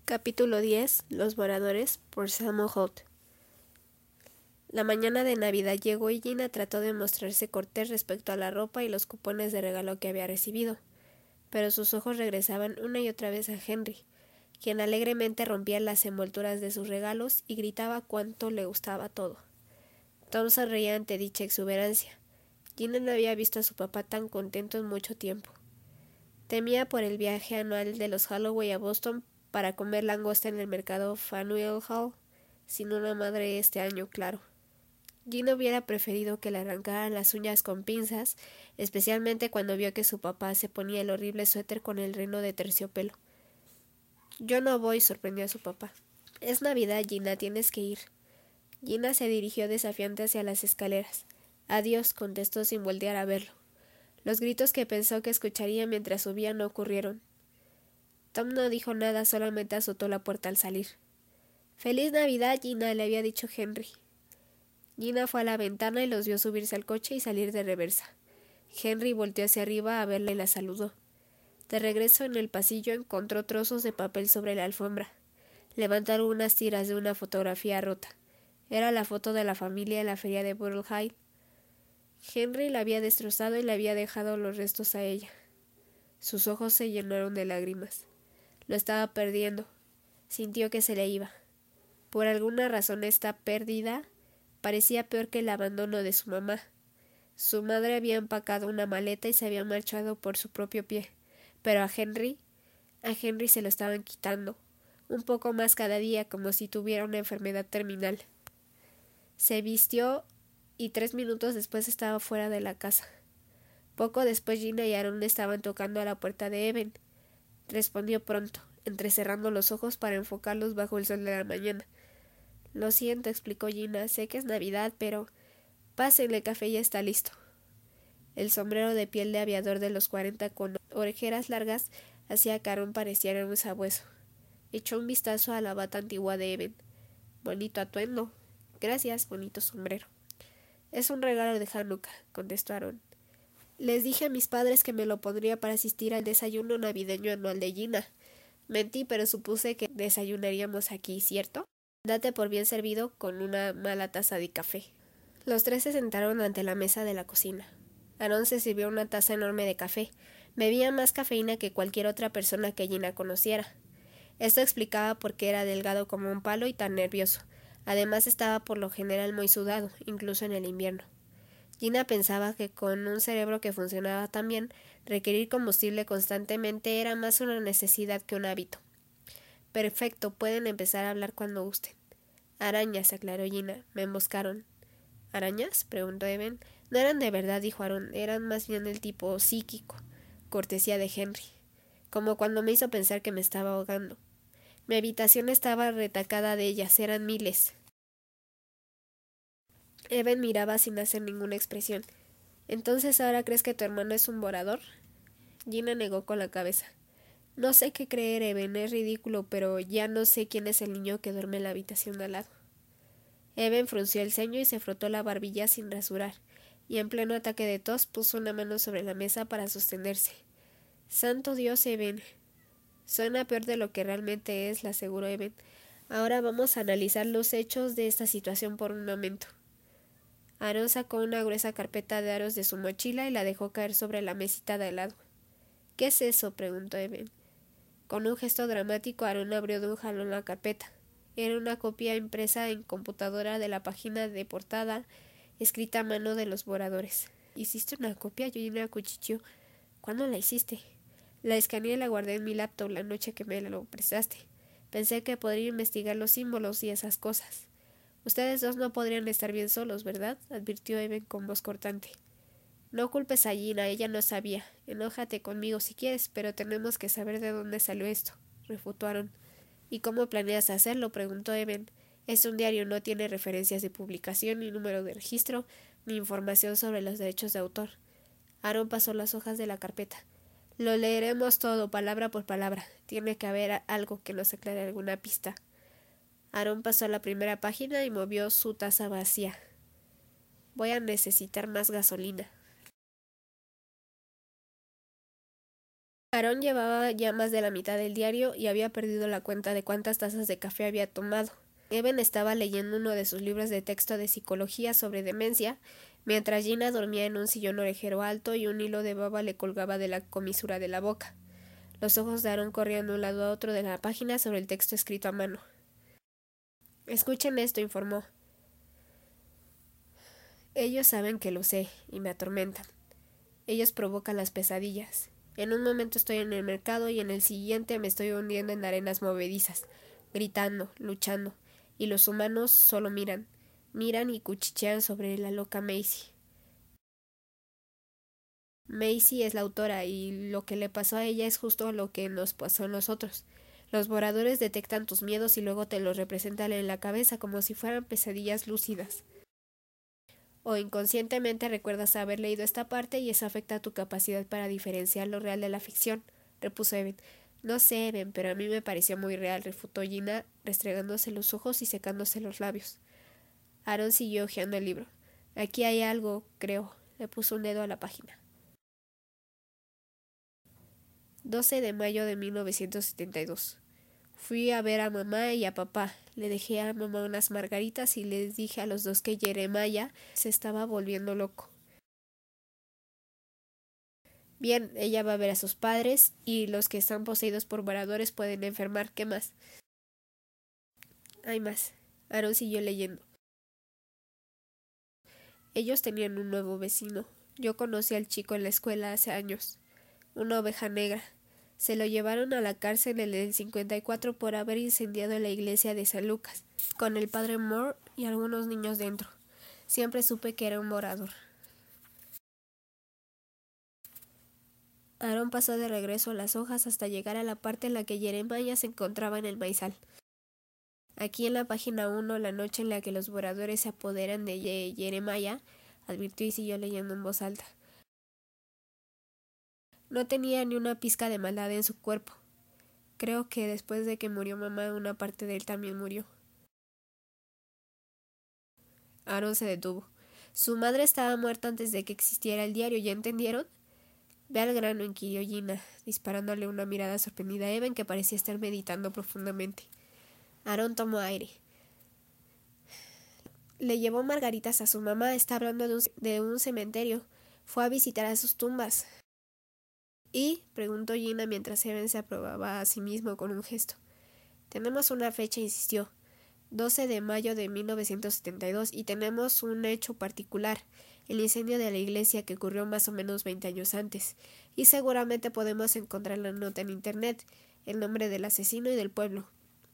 Capítulo 10. Los Moradores, por Samuel Holt. La mañana de Navidad llegó y Gina trató de mostrarse cortés respecto a la ropa y los cupones de regalo que había recibido, pero sus ojos regresaban una y otra vez a Henry, quien alegremente rompía las envolturas de sus regalos y gritaba cuánto le gustaba todo. Tom sonreía ante dicha exuberancia. Gina no había visto a su papá tan contento en mucho tiempo. Temía por el viaje anual de los Holloway a Boston para comer langosta en el mercado Faneuil Hall, sin una madre este año, claro. Gina hubiera preferido que le arrancaran las uñas con pinzas, especialmente cuando vio que su papá se ponía el horrible suéter con el reno de terciopelo. Yo no voy, sorprendió a su papá. Es Navidad, Gina, tienes que ir. Gina se dirigió desafiante hacia las escaleras. Adiós, contestó sin voltear a verlo. Los gritos que pensó que escucharía mientras subía no ocurrieron. Tom no dijo nada, solamente azotó la puerta al salir. «¡Feliz Navidad, Gina!», le había dicho Henry. Gina fue a la ventana y los vio subirse al coche y salir de reversa. Henry volteó hacia arriba a verla y la saludó. De regreso en el pasillo encontró trozos de papel sobre la alfombra. Levantó algunas tiras de una fotografía rota. Era la foto de la familia en la feria de Bottle High. Henry la había destrozado y le había dejado los restos a ella. Sus ojos se llenaron de lágrimas. Lo estaba perdiendo. Sintió que se le iba. Por alguna razón esta pérdida parecía peor que el abandono de su mamá. Su madre había empacado una maleta y se había marchado por su propio pie, pero a Henry se lo estaban quitando, un poco más cada día, como si tuviera una enfermedad terminal. Se vistió y 3 minutos después estaba fuera de la casa. Poco después Gina y Aaron estaban tocando a la puerta de Evan. Respondió pronto, entrecerrando los ojos para enfocarlos bajo el sol de la mañana. «Lo siento», explicó Gina, «sé que es Navidad, pero pásenle, el café ya está listo». El sombrero de piel de aviador de los 40 con orejeras largas hacía que Aaron pareciera un sabueso. Echó un vistazo a la bata antigua de Evan. «Bonito atuendo». «Gracias, bonito sombrero». «Es un regalo de Hanukkah», contestó Aaron. «Les dije a mis padres que me lo pondría para asistir al desayuno navideño anual de Gina. Mentí, pero supuse que desayunaríamos aquí, ¿cierto? Date por bien servido con una mala taza de café». Los tres se sentaron ante la mesa de la cocina. Aaron se sirvió una taza enorme de café. Bebía más cafeína que cualquier otra persona que Gina conociera. Esto explicaba por qué era delgado como un palo y tan nervioso. Además estaba por lo general muy sudado, incluso en el invierno. Gina pensaba que con un cerebro que funcionaba tan bien, requerir combustible constantemente era más una necesidad que un hábito. «Perfecto, pueden empezar a hablar cuando gusten». «Arañas», aclaró Gina. «Me emboscaron». «¿Arañas?», preguntó Evan. «No eran de verdad», dijo Aaron. «Eran más bien del tipo psíquico, cortesía de Henry. Como cuando me hizo pensar que me estaba ahogando. Mi habitación estaba retacada de ellas, eran miles». Evan miraba sin hacer ninguna expresión. «¿Entonces ahora crees que tu hermano es un vorador?» Gina negó con la cabeza. «No sé qué creer, Evan, es ridículo, pero ya no sé quién es el niño que duerme en la habitación de al lado». Evan frunció el ceño y se frotó la barbilla sin rasurar, y en pleno ataque de tos puso una mano sobre la mesa para sostenerse. «Santo Dios, Evan». «Suena peor de lo que realmente es», le aseguró Evan. «Ahora vamos a analizar los hechos de esta situación por un momento». Aaron sacó una gruesa carpeta de aros de su mochila y la dejó caer sobre la mesita de al lado. «¿Qué es eso?», preguntó Evan. Con un gesto dramático, Aaron abrió de un jalón la carpeta. Era una copia impresa en computadora de la página de portada, escrita a mano de los voradores. «¿Hiciste una copia?», Gina acuchicheó. «¿Cuándo la hiciste?» «La escaneé y la guardé en mi laptop la noche que me lo prestaste. Pensé que podría investigar los símbolos y esas cosas». «Ustedes dos no podrían estar bien solos, ¿verdad?», advirtió Evan con voz cortante. «No culpes a Gina, ella no sabía. Enójate conmigo si quieres, pero tenemos que saber de dónde salió esto», refutó Aaron. «¿Y cómo planeas hacerlo?», preguntó Evan. «Es un diario, no tiene referencias de publicación, ni número de registro, ni información sobre los derechos de autor». Aaron pasó las hojas de la carpeta. «Lo leeremos todo, palabra por palabra. Tiene que haber algo que nos aclare alguna pista». Aaron pasó a la primera página y movió su taza vacía. «Voy a necesitar más gasolina». Aaron llevaba ya más de la mitad del diario y había perdido la cuenta de cuántas tazas de café había tomado. Evan estaba leyendo uno de sus libros de texto de psicología sobre demencia, mientras Gina dormía en un sillón orejero alto y un hilo de baba le colgaba de la comisura de la boca. Los ojos de Aaron corrían de un lado a otro de la página sobre el texto escrito a mano. «Escuchen esto», informó. «Ellos saben que lo sé y me atormentan. Ellos provocan las pesadillas. En un momento estoy en el mercado y en el siguiente me estoy hundiendo en arenas movedizas, gritando, luchando, y los humanos solo miran y cuchichean sobre la loca Macy. Macy es la autora y lo que le pasó a ella es justo lo que nos pasó a nosotros. Los borradores detectan tus miedos y luego te los representan en la cabeza como si fueran pesadillas lúcidas. O inconscientemente recuerdas haber leído esta parte y eso afecta a tu capacidad para diferenciar lo real de la ficción», repuso Evan. «No sé, Evan, pero a mí me pareció muy real», refutó Gina, restregándose los ojos y secándose los labios. Aaron siguió hojeando el libro. «Aquí hay algo, creo», le puso un dedo a la página. 12 de mayo de 1972. Fui a ver a mamá y a papá. Le dejé a mamá unas margaritas y les dije a los dos que Jeremiah se estaba volviendo loco. Bien, ella va a ver a sus padres y los que están poseídos por varadores pueden enfermar. ¿Qué más? Hay más. Aaron siguió leyendo. Ellos tenían un nuevo vecino. Yo conocí al chico en la escuela hace años. Una oveja negra. Se lo llevaron a la cárcel en el 54 por haber incendiado la iglesia de San Lucas, con el padre Moore y algunos niños dentro. Siempre supe que era un morador. Aaron pasó de regreso las hojas hasta llegar a la parte en la que Jeremiah se encontraba en el maizal. Aquí en la página 1, la noche en la que los moradores se apoderan de Jeremiah, advirtió y siguió leyendo en voz alta. No tenía ni una pizca de maldad en su cuerpo. Creo que después de que murió mamá, una parte de él también murió. Aaron se detuvo. Su madre estaba muerta antes de que existiera el diario, ¿ya entendieron? Ve al grano, inquirió Gina, disparándole una mirada sorprendida a Evan, que parecía estar meditando profundamente. Aaron tomó aire. Le llevó margaritas a su mamá, está hablando de un cementerio. Fue a visitar a sus tumbas. ¿Y? Preguntó Gina mientras Evan se aprobaba a sí mismo con un gesto. Tenemos una fecha, insistió. 12 de mayo de 1972 y tenemos un hecho particular, el incendio de la iglesia que ocurrió más o menos 20 años antes, y seguramente podemos encontrar la nota en internet, el nombre del asesino y del pueblo.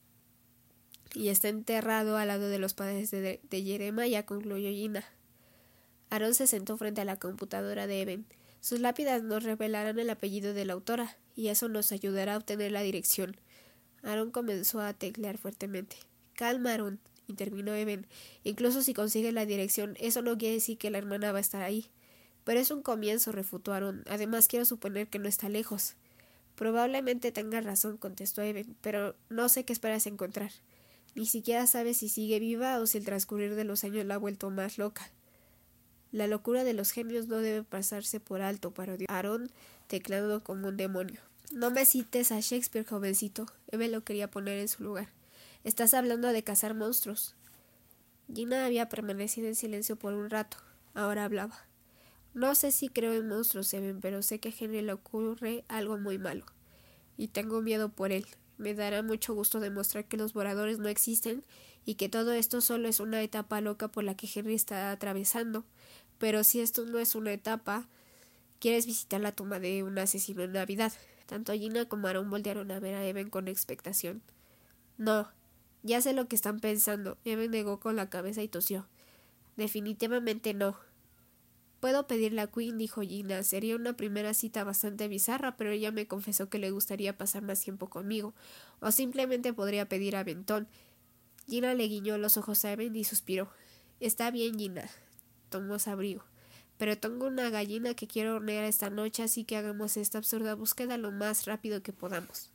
Y está enterrado al lado de los padres de Jeremiah, concluyó Gina. Aaron se sentó frente a la computadora de Evan. Sus lápidas nos revelarán el apellido de la autora, y eso nos ayudará a obtener la dirección. Aaron comenzó a teclear fuertemente. Calma, Aaron, intervino Evan. Incluso si consigue la dirección, eso no quiere decir que la hermana va a estar ahí. Pero es un comienzo, refutó Aaron. Además, quiero suponer que no está lejos. Probablemente tengas razón, contestó Evan, pero no sé qué esperas encontrar. Ni siquiera sabes si sigue viva o si el transcurrir de los años la ha vuelto más loca. La locura de los genios no debe pasarse por alto, parodió Aaron, teclando como un demonio. No me cites a Shakespeare, jovencito. Evan lo quería poner en su lugar. Estás hablando de cazar monstruos. Gina había permanecido en silencio por un rato. Ahora hablaba. No sé si creo en monstruos, Evan, pero sé que a Henry le ocurre algo muy malo. Y tengo miedo por él. Me dará mucho gusto demostrar que los voradores no existen y que todo esto solo es una etapa loca por la que Henry está atravesando. Pero si esto no es una etapa, quieres visitar la tumba de un asesino en Navidad. Tanto Gina como Aaron voltearon a ver a Evan con expectación. No, ya sé lo que están pensando. Evan negó con la cabeza y tosió. Definitivamente no. Puedo pedirle a Quinn, dijo Gina. Sería una primera cita bastante bizarra, pero ella me confesó que le gustaría pasar más tiempo conmigo. O simplemente podría pedir a Benton. Gina le guiñó los ojos a Evan y suspiró. Está bien, Gina. Tomó su abrigo. Pero tengo una gallina que quiero hornear esta noche, así que hagamos esta absurda búsqueda lo más rápido que podamos.